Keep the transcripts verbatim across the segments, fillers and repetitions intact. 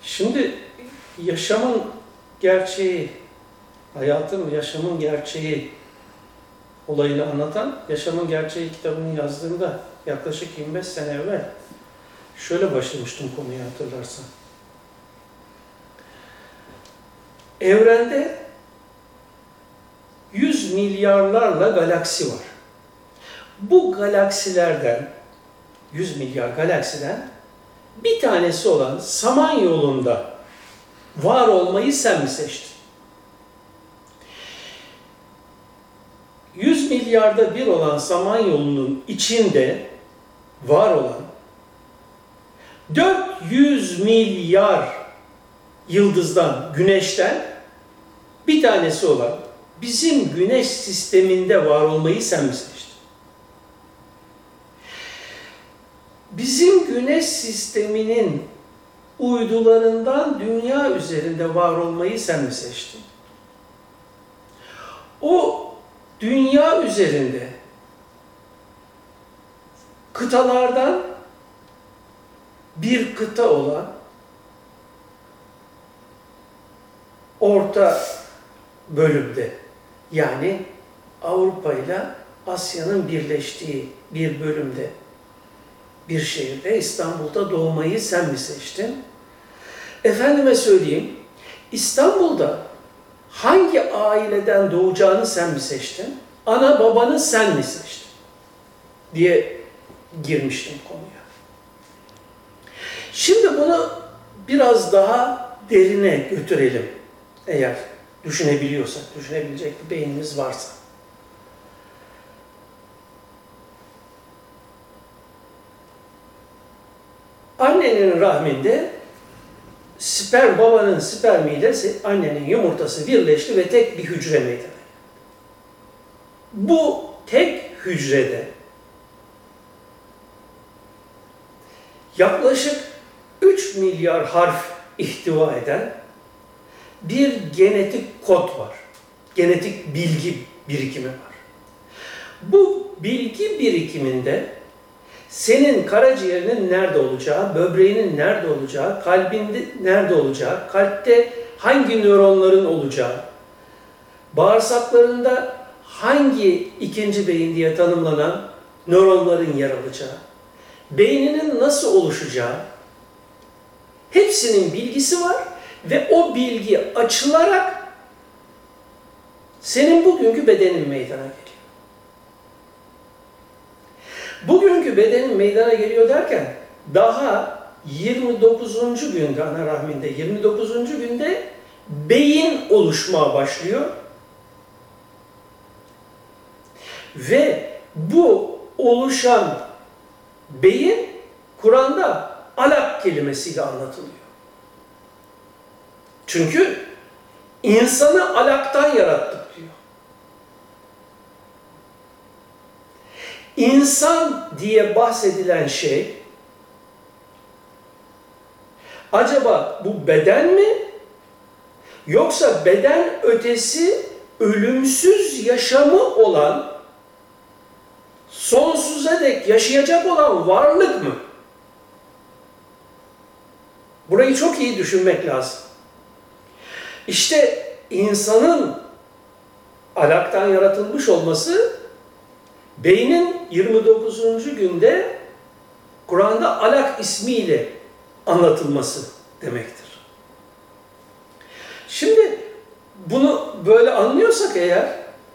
Şimdi yaşamın gerçeği, hayatın, yaşamın gerçeği olayını anlatan Yaşamın Gerçeği kitabını yazdığımda yaklaşık yirmi beş sene evvel şöyle başlamıştım konuyu, hatırlarsan. Evrende yüz milyarlarla galaksi var. Bu galaksilerden, yüz milyar galaksiden bir tanesi olan Samanyolu'nda var olmayı sen mi seçtin? yüz milyarda bir olan Samanyolu'nun içinde var olan dört yüz milyar yıldızdan, güneşten bir tanesi olan bizim güneş sisteminde var olmayı sen mi seçtin? Bizim güneş sisteminin uydularından dünya üzerinde var olmayı sen mi seçtin? O dünya üzerinde kıtalardan bir kıta olan orta bölümde, yani Avrupa ile Asya'nın birleştiği bir bölümde, bir şehirde, İstanbul'da doğmayı sen mi seçtin? Efendime söyleyeyim, İstanbul'da hangi aileden doğacağını sen mi seçtin? Ana babanı sen mi seçtin? Diye girmiştim konuya. Şimdi bunu biraz daha derine götürelim. Eğer düşünebiliyorsak, düşünebilecek bir beynimiz varsa. Annenin rahminde sperm, babanın spermiyle annenin yumurtası birleşti ve tek bir hücre meydana geldi. Bu tek hücrede yaklaşık üç milyar harf ihtiva eden bir genetik kod var. Genetik bilgi birikimi var. Bu bilgi birikiminde senin karaciğerinin nerede olacağı, böbreğinin nerede olacağı, kalbinde nerede olacağı, kalpte hangi nöronların olacağı, bağırsaklarında hangi ikinci beyin diye tanımlanan nöronların yer alacağı, beyninin nasıl oluşacağı, hepsinin bilgisi var ve o bilgi açılarak senin bugünkü bedenin meydana geliyor. Bugünkü bedenin meydana geliyor derken daha yirmi dokuzuncu günde, ana rahminde yirmi dokuzuncu günde beyin oluşmaya başlıyor. Ve bu oluşan beyin Kur'an'da alak kelimesiyle anlatılıyor. Çünkü insanı alaktan yarattık diyor. İnsan diye bahsedilen şey, acaba bu beden mi? Yoksa beden ötesi ölümsüz yaşamı olan, sonsuza dek yaşayacak olan varlık mı? Burayı çok iyi düşünmek lazım. İşte insanın alaktan yaratılmış olması, beynin yirmi dokuzuncu günde Kur'an'da alak ismiyle anlatılması demektir. Şimdi bunu böyle anlıyorsak eğer,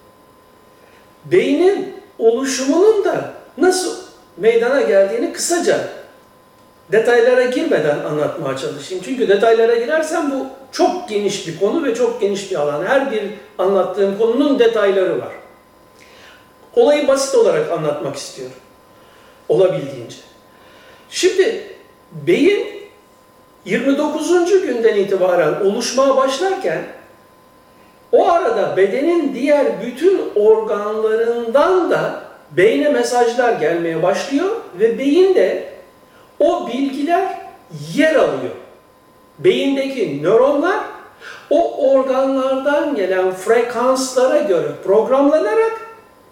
beynin oluşumunun da nasıl meydana geldiğini kısaca detaylara girmeden anlatmaya çalışayım. Çünkü detaylara girersem bu çok geniş bir konu ve çok geniş bir alan. Her bir anlattığım konunun detayları var. Olayı basit olarak anlatmak istiyorum. Olabildiğince. Şimdi beyin yirmi dokuzuncu günden itibaren oluşmaya başlarken o arada bedenin diğer bütün organlarından da beyne mesajlar gelmeye başlıyor ve beyinde o bilgiler yer alıyor. Beyindeki nöronlar o organlardan gelen frekanslara göre programlanarak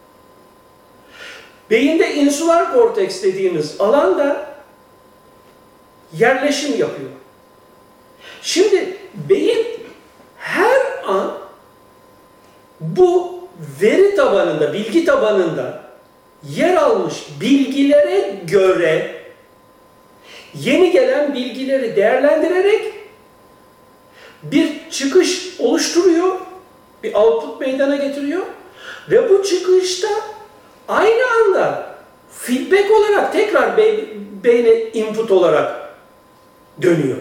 beyinde insular korteks dediğimiz alanda yerleşim yapıyor. Şimdi beyin her an bu veri tabanında, bilgi tabanında yer almış bilgilere göre yeni gelen bilgileri değerlendirerek bir çıkış oluşturuyor, bir output meydana getiriyor ve bu çıkışta aynı anda feedback olarak tekrar be beyne input olarak dönüyor.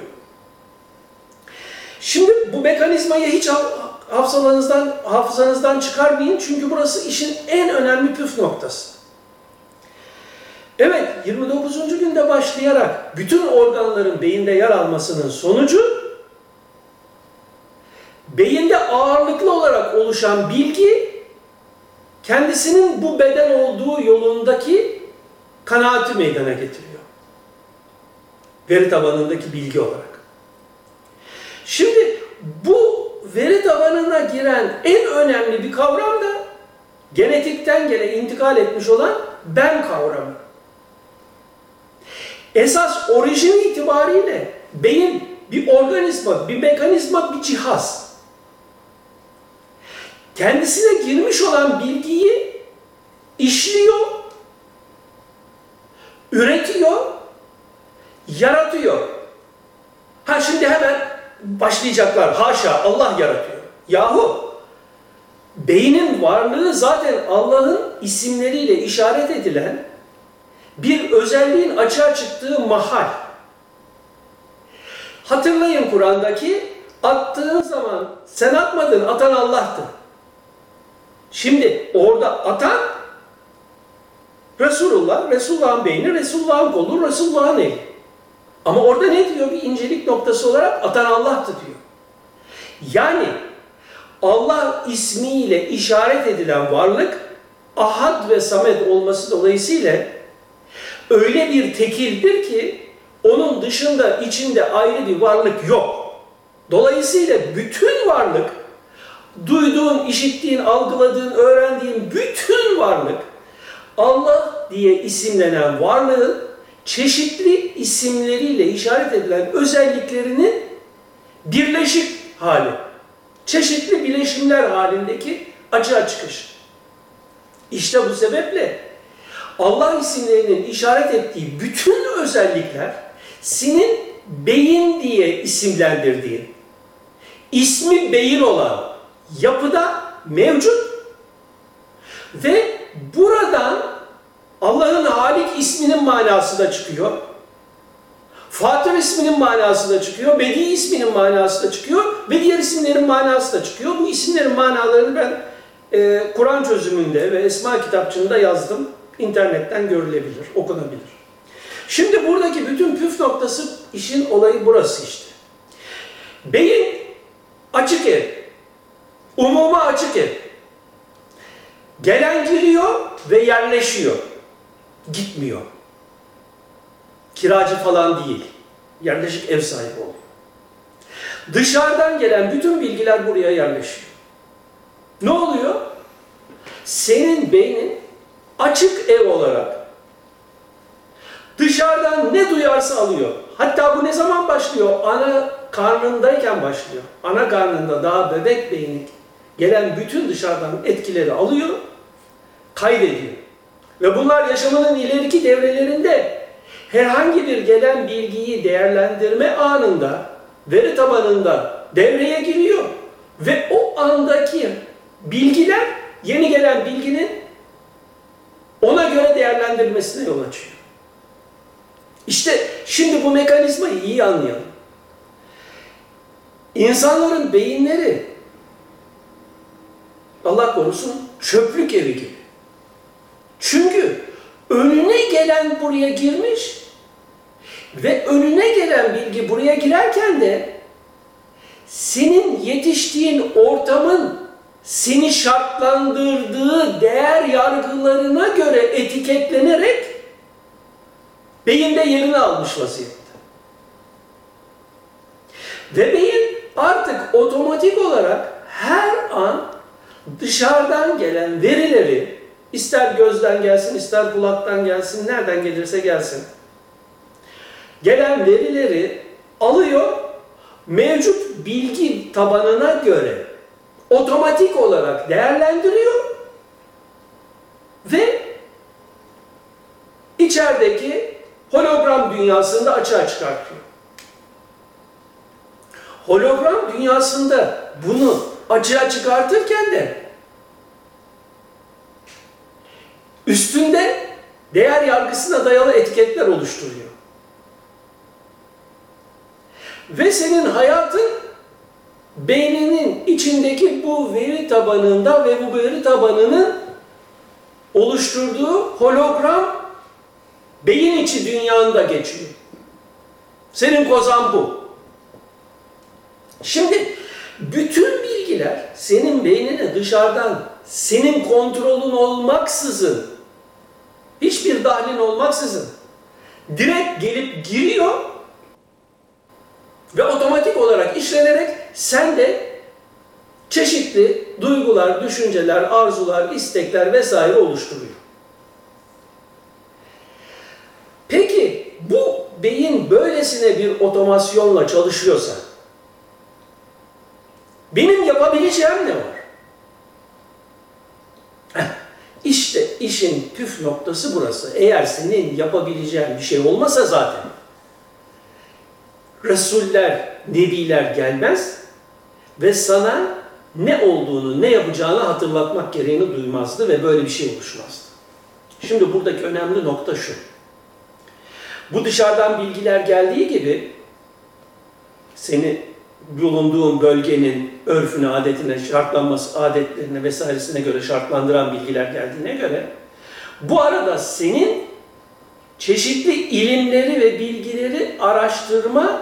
Şimdi bu mekanizmayı hiç hafızanızdan, hafızanızdan çıkarmayın çünkü burası işin en önemli püf noktası. Evet, yirmi dokuzuncu günde başlayarak bütün organların beyinde yer almasının sonucu beyinde ağırlıklı olarak oluşan bilgi kendisinin bu beden olduğu yolundaki kanaati meydana getiriyor. Veri tabanındaki bilgi olarak. Şimdi bu veri tabanına giren en önemli bir kavram da genetikten gene intikal etmiş olan ben kavramı. Esas orijini itibariyle beyin bir organizma, bir mekanizma, bir cihaz. Kendisine girmiş olan bilgiyi işliyor, üretiyor, yaratıyor. Ha şimdi hemen başlayacaklar. Haşa, Allah yaratıyor. Yahu, beynin varlığı zaten Allah'ın isimleriyle işaret edilen bir özelliğin açığa çıktığı mahal. Hatırlayın Kur'an'daki attığın zaman sen atmadın, atan Allah'tı. Şimdi orada atan Resulullah, Resulullah'ın beyni, Resulullah'ın kolu, Resulullah'ın eli. Ama orada ne diyor bir incelik noktası olarak? Atan Allah'tı diyor. Yani Allah ismiyle işaret edilen varlık Ahad ve Samet olması dolayısıyla öyle bir tekildir ki onun dışında, içinde ayrı bir varlık yok. Dolayısıyla bütün varlık, duyduğun, işittiğin, algıladığın, öğrendiğin bütün varlık Allah diye isimlenen varlığın çeşitli isimleriyle işaret edilen özelliklerinin birleşik hali. Çeşitli bileşimler halindeki açığa çıkış. İşte bu sebeple Allah isimlerinin işaret ettiği bütün özellikler senin beyin diye isimlendirdiğin, ismi beyin olan yapıda mevcut ve buradan Allah'ın Halik isminin manası da çıkıyor. Fatır isminin manası da çıkıyor. Bedi isminin manası da çıkıyor. Ve diğer isimlerin manası da çıkıyor. Bu isimlerin manalarını ben e, Kur'an çözümünde ve Esma kitapçığında yazdım. İnternetten görülebilir, okunabilir. Şimdi buradaki bütün püf noktası, işin olayı burası işte. Beyin açık ev. Umuma açık ev. Gelen giriyor ve yerleşiyor. Gitmiyor. Kiracı falan değil. Yerleşik ev sahibi oluyor. Dışarıdan gelen bütün bilgiler buraya yerleşiyor. Ne oluyor? Senin beynin açık ev olarak dışarıdan ne duyarsa alıyor. Hatta bu ne zaman başlıyor? Ana karnındayken başlıyor. Ana karnında daha bebek beyni gelen bütün dışarıdan etkileri alıyor, kaydediyor. Ve bunlar yaşamının ileriki devrelerinde herhangi bir gelen bilgiyi değerlendirme anında, veri tabanında devreye giriyor. Ve o andaki bilgiler, yeni gelen bilginin ona göre değerlendirilmesine yol açıyor. İşte şimdi bu mekanizmayı iyi anlayalım. İnsanların beyinleri, Allah korusun, çöplük evi gibi. Çünkü önüne gelen buraya girmiş ve önüne gelen bilgi buraya girerken de senin yetiştiğin ortamın seni şartlandırdığı değer yargılarına göre etiketlenerek beyinde yerini almış vaziyette. Ve beyin artık otomatik olarak her an dışarıdan gelen verileri, ister gözden gelsin, ister kulaktan gelsin, nereden gelirse gelsin, gelen verileri alıyor, mevcut bilgi tabanına göre otomatik olarak değerlendiriyor ve içerideki hologram dünyasında açığa çıkartıyor. Hologram dünyasında bunu açığa çıkartırken de üstünde değer yargısına dayalı etiketler oluşturuyor. Ve senin hayatın beyninin içindeki bu veri tabanında ve bu veri tabanının oluşturduğu hologram beyin içi dünyanda geçiyor. Senin kozan bu. Şimdi bütün bilgiler senin beynine dışarıdan senin kontrolün olmaksızın, hiçbir dahlin olmaksızın direkt gelip giriyor ve otomatik olarak işlenerek sen de çeşitli duygular, düşünceler, arzular, istekler vesaire oluşturuyor. Peki bu beyin böylesine bir otomasyonla çalışıyorsa benim yapabileceğim ne var? Heh, işte işin püf noktası burası. Eğer senin yapabileceğin bir şey olmasa zaten Resuller, Nebiler gelmez ve sana ne olduğunu, ne yapacağını hatırlatmak gereğini duymazdı ve böyle bir şey oluşmazdı. Şimdi buradaki önemli nokta şu. Bu dışarıdan bilgiler geldiği gibi seni bulunduğun bölgenin örfüne, adetine, şartlanması, adetlerine vesairesine göre şartlandıran bilgiler geldiğine göre bu arada senin çeşitli ilimleri ve bilgileri araştırma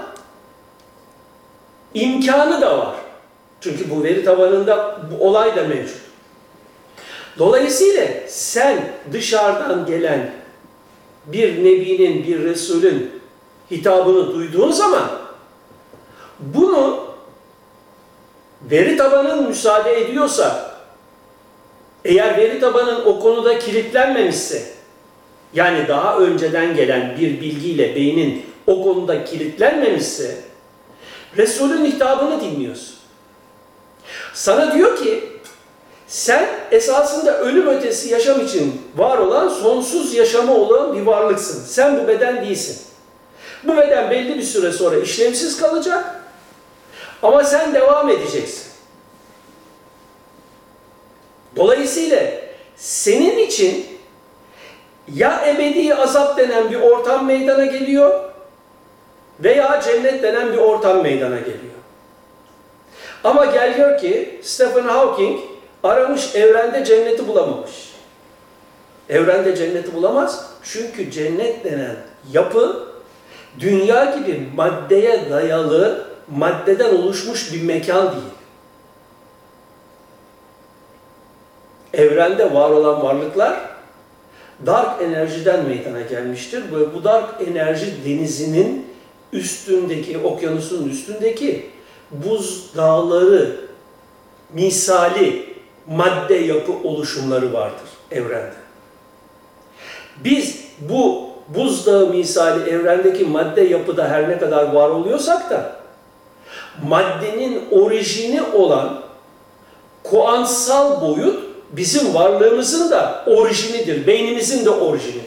imkanı da var. Çünkü bu veri tabanında bu olay da mevcut. Dolayısıyla sen dışarıdan gelen bir nebinin, bir resulün hitabını duyduğun zaman bunu veri tabanın müsaade ediyorsa, eğer veri tabanın o konuda kilitlenmemişse, yani daha önceden gelen bir bilgiyle beynin o konuda kilitlenmemişse, Resulün hitabını dinliyorsun. Sana diyor ki, sen esasında ölüm ötesi yaşam için var olan, sonsuz yaşamı olan bir varlıksın. Sen bu beden değilsin. Bu beden belli bir süre sonra işlevsiz kalacak ama sen devam edeceksin. Dolayısıyla senin için ya ebedi azap denen bir ortam meydana geliyor veya cennet denen bir ortam meydana geliyor. Ama gel gör ki Stephen Hawking aramış, evrende cenneti bulamamış. Evrende cenneti bulamaz çünkü cennet denen yapı dünya gibi maddeye dayalı, maddeden oluşmuş bir mekan değil. Evrende var olan varlıklar dark enerjiden meydana gelmiştir. Ve bu dark enerji denizinin üstündeki, okyanusun üstündeki buz dağları misali madde yapı oluşumları vardır evrende. Biz bu buzdağı misali evrendeki madde yapıda her ne kadar var oluyorsak da maddenin orijini olan kuantsal boyut bizim varlığımızın da orijinidir. Beynimizin de orijinidir.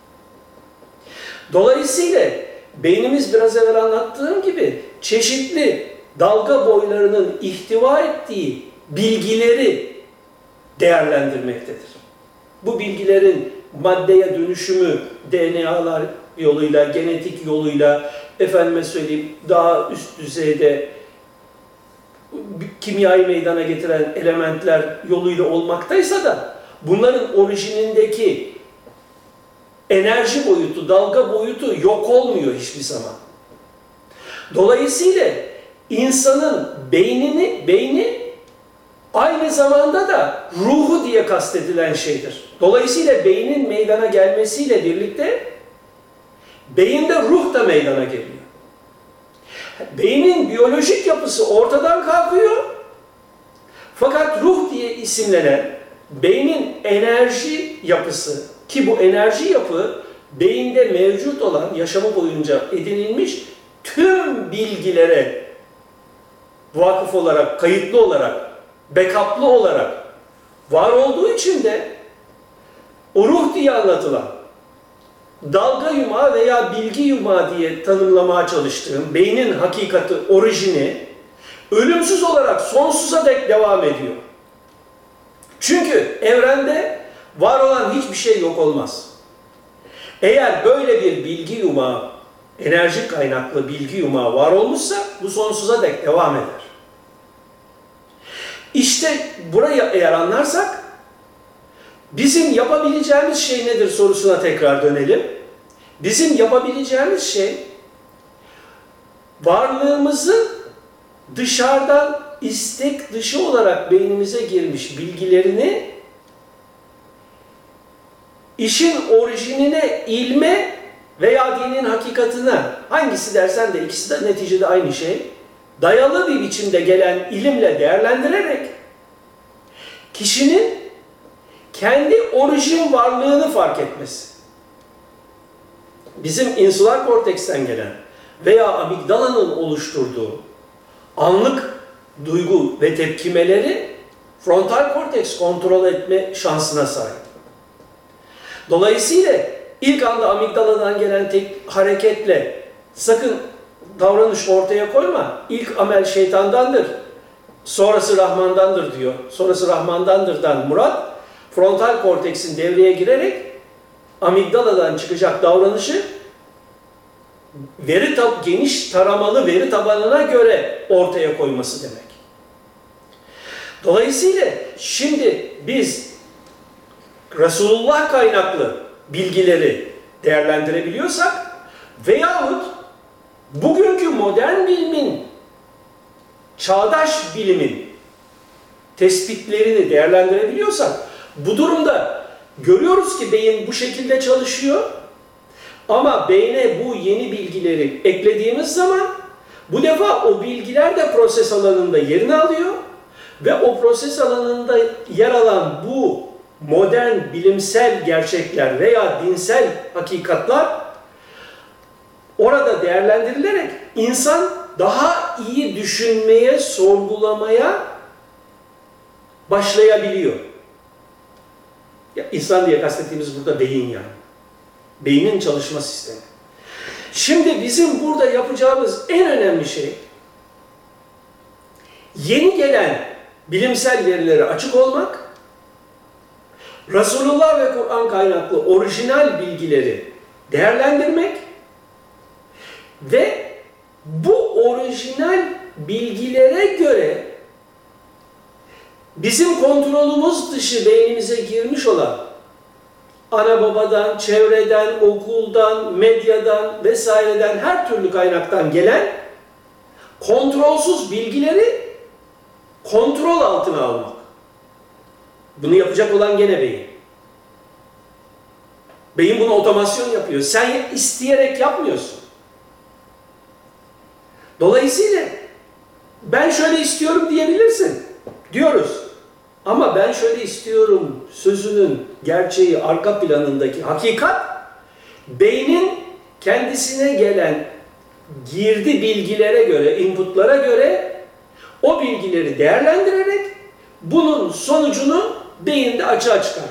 Dolayısıyla beynimiz biraz evvel anlattığım gibi çeşitli dalga boylarının ihtiva ettiği bilgileri değerlendirmektedir. Bu bilgilerin maddeye dönüşümü D N A'lar yoluyla, genetik yoluyla, efendime söyleyeyim daha üst düzeyde kimyayı meydana getiren elementler yoluyla olmaktaysa da bunların orijinindeki enerji boyutu, dalga boyutu yok olmuyor hiçbir zaman. Dolayısıyla insanın beynini, beyni aynı zamanda da ruhu diye kastedilen şeydir. Dolayısıyla beynin meydana gelmesiyle birlikte beyinde ruh da meydana geliyor. Beynin biyolojik yapısı ortadan kalkıyor. Fakat ruh diye isimlenen beynin enerji yapısı, ki bu enerji yapı beyinde mevcut olan yaşamı boyunca edinilmiş tüm bilgilere vakıf olarak, kayıtlı olarak, backup'lı olarak var olduğu için de o ruh diye anlatılan dalga yumağı veya bilgi yumağı diye tanımlamaya çalıştığım beynin hakikati, orijini ölümsüz olarak sonsuza dek devam ediyor. Çünkü evrende var olan hiçbir şey yok olmaz. Eğer böyle bir bilgi yumağı, enerji kaynaklı bilgi yumağı var olmuşsa bu sonsuza dek devam eder. İşte burayı eğer anlarsak bizim yapabileceğimiz şey nedir sorusuna tekrar dönelim. Bizim yapabileceğimiz şey varlığımızı dışarıdan istek dışı olarak beynimize girmiş bilgilerini işin orijinine, ilme veya dinin hakikatine, hangisi dersen de ikisi de neticede aynı şey, dayalı bir biçimde gelen ilimle değerlendirerek kişinin kendi orijin varlığını fark etmesi. Bizim insular korteksten gelen veya amigdalanın oluşturduğu anlık duygu ve tepkimeleri frontal korteks kontrol etme şansına sahip. Dolayısıyla ilk anda amigdaladan gelen tek hareketle sakın davranış ortaya koyma. İlk amel şeytandandır, sonrası Rahman'dandır diyor. Sonrası Rahman'dandır'dan Murat, frontal korteksin devreye girerek amigdaladan çıkacak davranışı veri tab geniş taramalı veri tabanına göre ortaya koyması demek. Dolayısıyla şimdi biz Resulullah kaynaklı bilgileri değerlendirebiliyorsak veyahut bugünkü modern bilimin, çağdaş bilimin tespitlerini değerlendirebiliyorsak bu durumda görüyoruz ki beyin bu şekilde çalışıyor. Ama beyne bu yeni bilgileri eklediğimiz zaman bu defa o bilgiler de proses alanında yerini alıyor ve o proses alanında yer alan bu modern bilimsel gerçekler veya dinsel hakikatler orada değerlendirilerek insan daha iyi düşünmeye, sorgulamaya başlayabiliyor. Ya, insan diye kastettiğimiz burada beyin yani. Beynin çalışma sistemi. Şimdi bizim burada yapacağımız en önemli şey yeni gelen bilimsel verilere açık olmak, Resulullah ve Kur'an kaynaklı orijinal bilgileri değerlendirmek ve bu orijinal bilgilere göre bizim kontrolümüz dışı beynimize girmiş olan ana babadan, çevreden, okuldan, medyadan vesaireden her türlü kaynaktan gelen kontrolsüz bilgileri kontrol altına almak. Bunu yapacak olan gene beyin. Beyin bunu otomasyon yapıyor. Sen isteyerek yapmıyorsun. Dolayısıyla ben şöyle istiyorum diyebilirsin. Diyoruz. Ama ben şöyle istiyorum sözünün gerçeği, arka planındaki hakikat, beynin kendisine gelen girdi bilgilere göre, inputlara göre o bilgileri değerlendirerek bunun sonucunu beyinde açığa çıkarmak.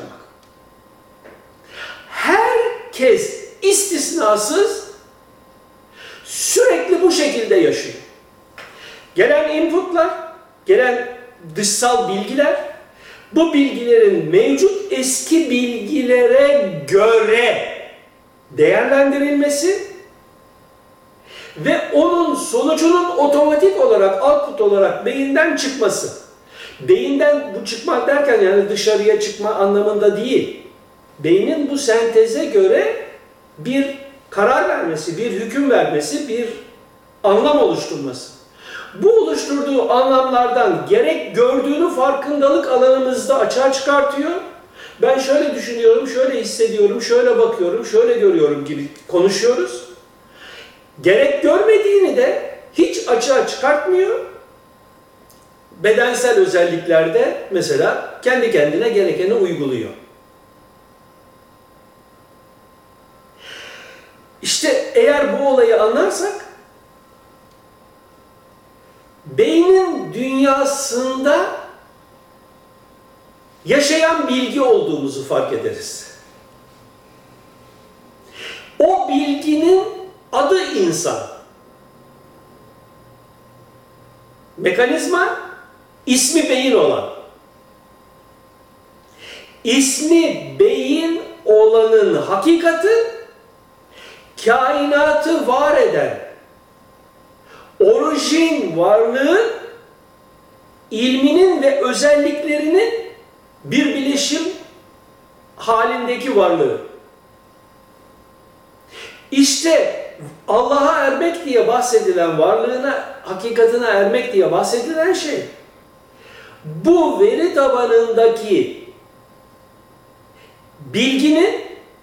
Herkes istisnasız sürekli bu şekilde yaşıyor. Gelen inputlar, gelen dışsal bilgiler, bu bilgilerin mevcut eski bilgilere göre değerlendirilmesi ve onun sonucunun otomatik olarak, output olarak beyinden çıkması. Beyinden bu çıkmak derken yani dışarıya çıkma anlamında değil. Beynin bu senteze göre bir karar vermesi, bir hüküm vermesi, bir anlam oluşturması. Bu oluşturduğu anlamlardan gerek gördüğünü farkındalık alanımızda açığa çıkartıyor. Ben şöyle düşünüyorum, şöyle hissediyorum, şöyle bakıyorum, şöyle görüyorum gibi konuşuyoruz. Gerek görmediğini de hiç açığa çıkartmıyor. Bedensel özelliklerde mesela kendi kendine gerekeni uyguluyor. İşte eğer bu olayı anlarsak beynin dünyasında yaşayan bilgi olduğumuzu fark ederiz. O bilginin adı insan. Mekanizma, ismi beyin olan. İsmi beyin olanın hakikati, kainatı var eden, orijin varlığın, ilminin ve özelliklerinin bir bileşim halindeki varlığı. İşte Allah'a ermek diye bahsedilen, varlığına, hakikatine ermek diye bahsedilen şey, bu veri tabanındaki bilginin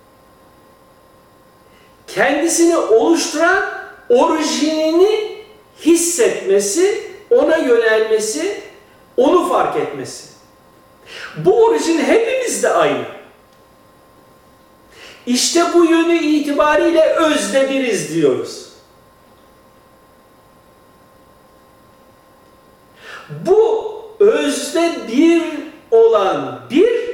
kendisini oluşturan orijinini hissetmesi, ona yönelmesi, onu fark etmesi. Bu orijin hepimizde aynı. İşte bu yönü itibariyle özde biriz diyoruz. Bu özde bir olan bir,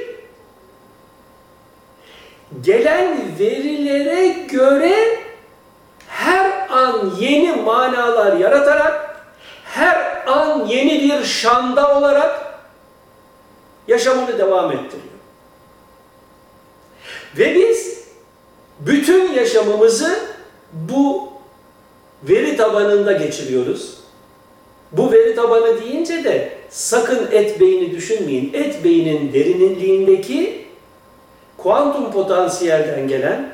gelen verilere göre her an yeni manalar yaratarak, her an yeni bir şanda olarak yaşamını devam ettiriyor. Ve biz bütün yaşamımızı bu veri tabanında geçiriyoruz. Bu veri tabanı deyince de sakın et beyni düşünmeyin. Et beynin derinliğindeki kuantum potansiyelden gelen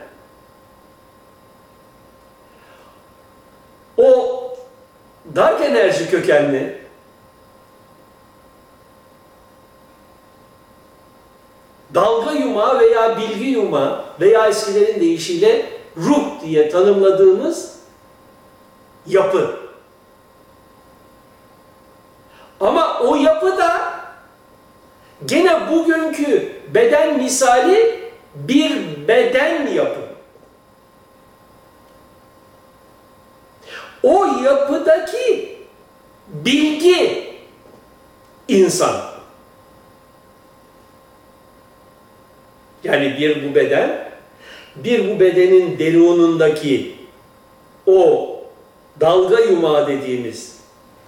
o dark enerji kökenli dalga yumağı veya bilgi yumağı veya eskilerin deyişiyle ruh diye tanımladığımız yapı. Ama o yapı da gene bugünkü beden misali bir beden yapı. O yapıdaki bilgi insan. Yani bir bu beden, bir bu bedenin derunundaki o dalga yumağı dediğimiz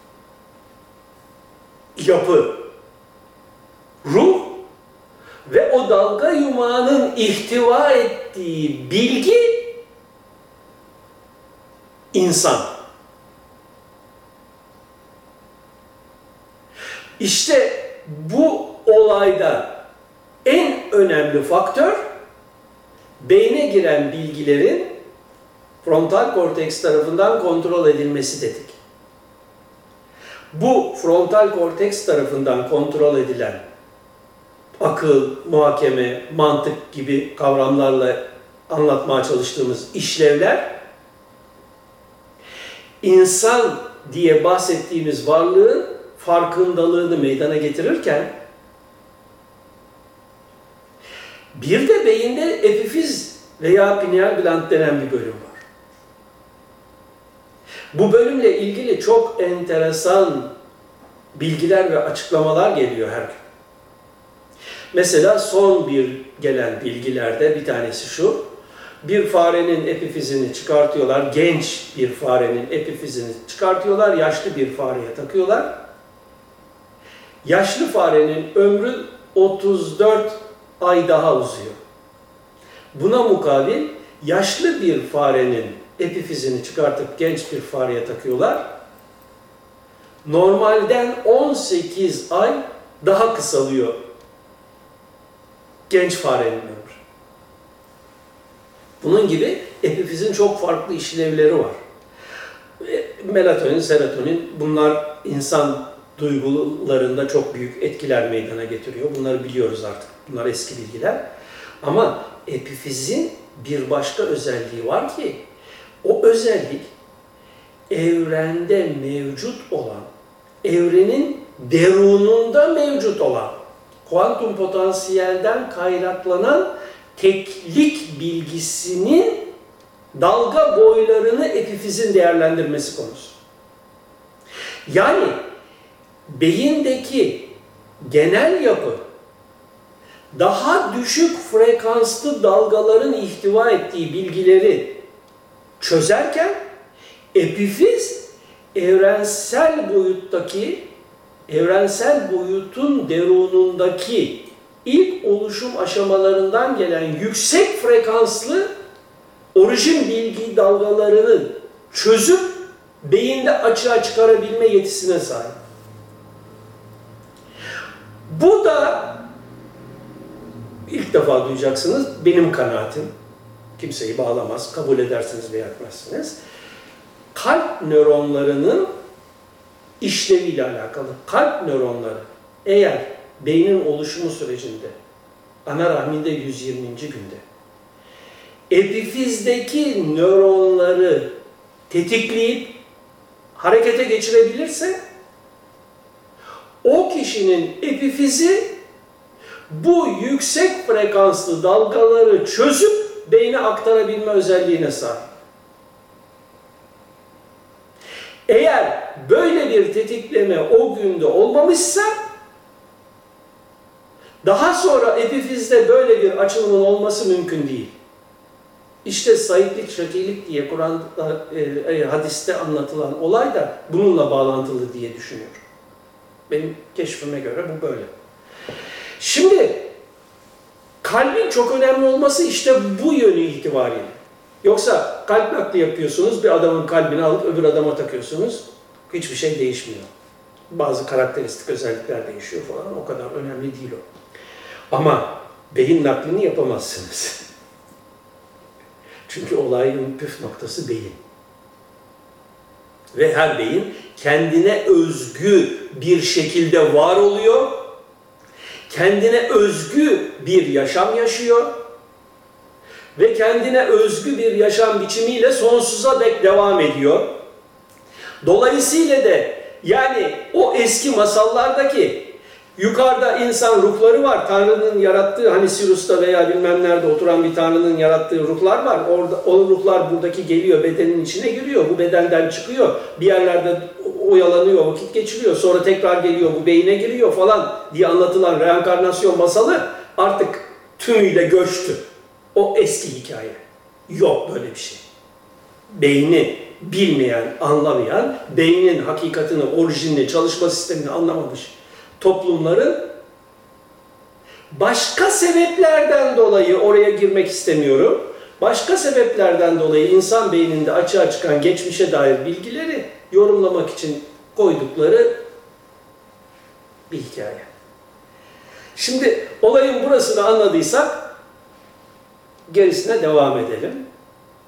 yapı, ruh ve o dalga yumağının ihtiva ettiği bilgi insan. İşte bu olayda en önemli faktör beyne giren bilgilerin frontal korteks tarafından kontrol edilmesi dedik. Bu frontal korteks tarafından kontrol edilen akıl, muhakeme, mantık gibi kavramlarla anlatmaya çalıştığımız işlevler insan diye bahsettiğimiz varlığın farkındalığını meydana getirirken bir de beyinde epifiz veya pineal gland denen bir bölüm var. Bu bölümle ilgili çok enteresan bilgiler ve açıklamalar geliyor her gün. Mesela son bir gelen bilgilerde bir tanesi şu: bir farenin epifizini çıkartıyorlar, genç bir farenin epifizini çıkartıyorlar, yaşlı bir fareye takıyorlar. Yaşlı farenin ömrü otuz dört ay daha uzuyor. Buna mukabil yaşlı bir farenin epifizini çıkartıp genç bir fareye takıyorlar. Normalden on sekiz ay daha kısalıyor genç farenin ömrü. Bunun gibi epifizin çok farklı işlevleri var. Melatonin, serotonin, bunlar insan duygularında çok büyük etkiler meydana getiriyor. Bunları biliyoruz artık. Bunlar eski bilgiler. Ama epifizin bir başka özelliği var ki, o özellik evrende mevcut olan, evrenin derununda mevcut olan, kuantum potansiyelden kaynaklanan teklik bilgisinin dalga boylarını epifizin değerlendirmesi konusu. Yani beyindeki genel yapı daha düşük frekanslı dalgaların ihtiva ettiği bilgileri çözerken epifiz evrensel boyuttaki, evrensel boyutun derunundaki ilk oluşum aşamalarından gelen yüksek frekanslı orijin bilgi dalgalarını çözüp beyinde açığa çıkarabilme yetisine sahip. Bu da ilk defa duyacaksınız, benim kanaatim. Kimseyi bağlamaz, kabul edersiniz veya etmezsiniz. Kalp nöronlarının işleviyle alakalı. Kalp nöronları eğer beynin oluşumu sürecinde, ana rahminde yüz yirminci günde, epifizdeki nöronları tetikleyip harekete geçirebilirse, o kişinin epifizi bu yüksek frekanslı dalgaları çözüp beyne aktarabilme özelliğine sahip. Eğer böyle bir tetikleme o günde olmamışsa, daha sonra epifizde böyle bir açılımın olması mümkün değil. İşte saitlik, şakilik diye Kur'an'da, e, e, hadiste anlatılan olay da bununla bağlantılı diye düşünüyorum. Benim keşfime göre bu böyle. Şimdi kalbin çok önemli olması işte bu yönü itibariyle. Yoksa kalp nakli yapıyorsunuz, bir adamın kalbini alıp öbür adama takıyorsunuz, hiçbir şey değişmiyor. Bazı karakteristik özellikler değişiyor falan, o kadar önemli değil o. Ama beyin naklini yapamazsınız. Çünkü olayın püf noktası beyin. Ve her beyin kendine özgü bir şekilde var oluyor, kendine özgü bir yaşam yaşıyor ve kendine özgü bir yaşam biçimiyle sonsuza dek devam ediyor. Dolayısıyla da yani o eski masallardaki yukarıda insan ruhları var, Tanrı'nın yarattığı, hani Sirus'ta veya bilmem nerede oturan bir Tanrı'nın yarattığı ruhlar var. Orada, o ruhlar buradaki geliyor, bedenin içine giriyor, bu bedenden çıkıyor, bir yerlerde oyalanıyor, vakit geçiriyor, sonra tekrar geliyor, bu beyine giriyor falan diye anlatılan reenkarnasyon masalı artık tümüyle göçtü. O eski hikaye. Yok böyle bir şey. Beyni bilmeyen, anlamayan, beynin hakikatini, orijinini, çalışma sistemini anlamamış toplumların başka sebeplerden dolayı, oraya girmek istemiyorum, başka sebeplerden dolayı insan beyninde açığa çıkan geçmişe dair bilgileri yorumlamak için koydukları bir hikaye. Şimdi olayın burasını anladıysak gerisine devam edelim.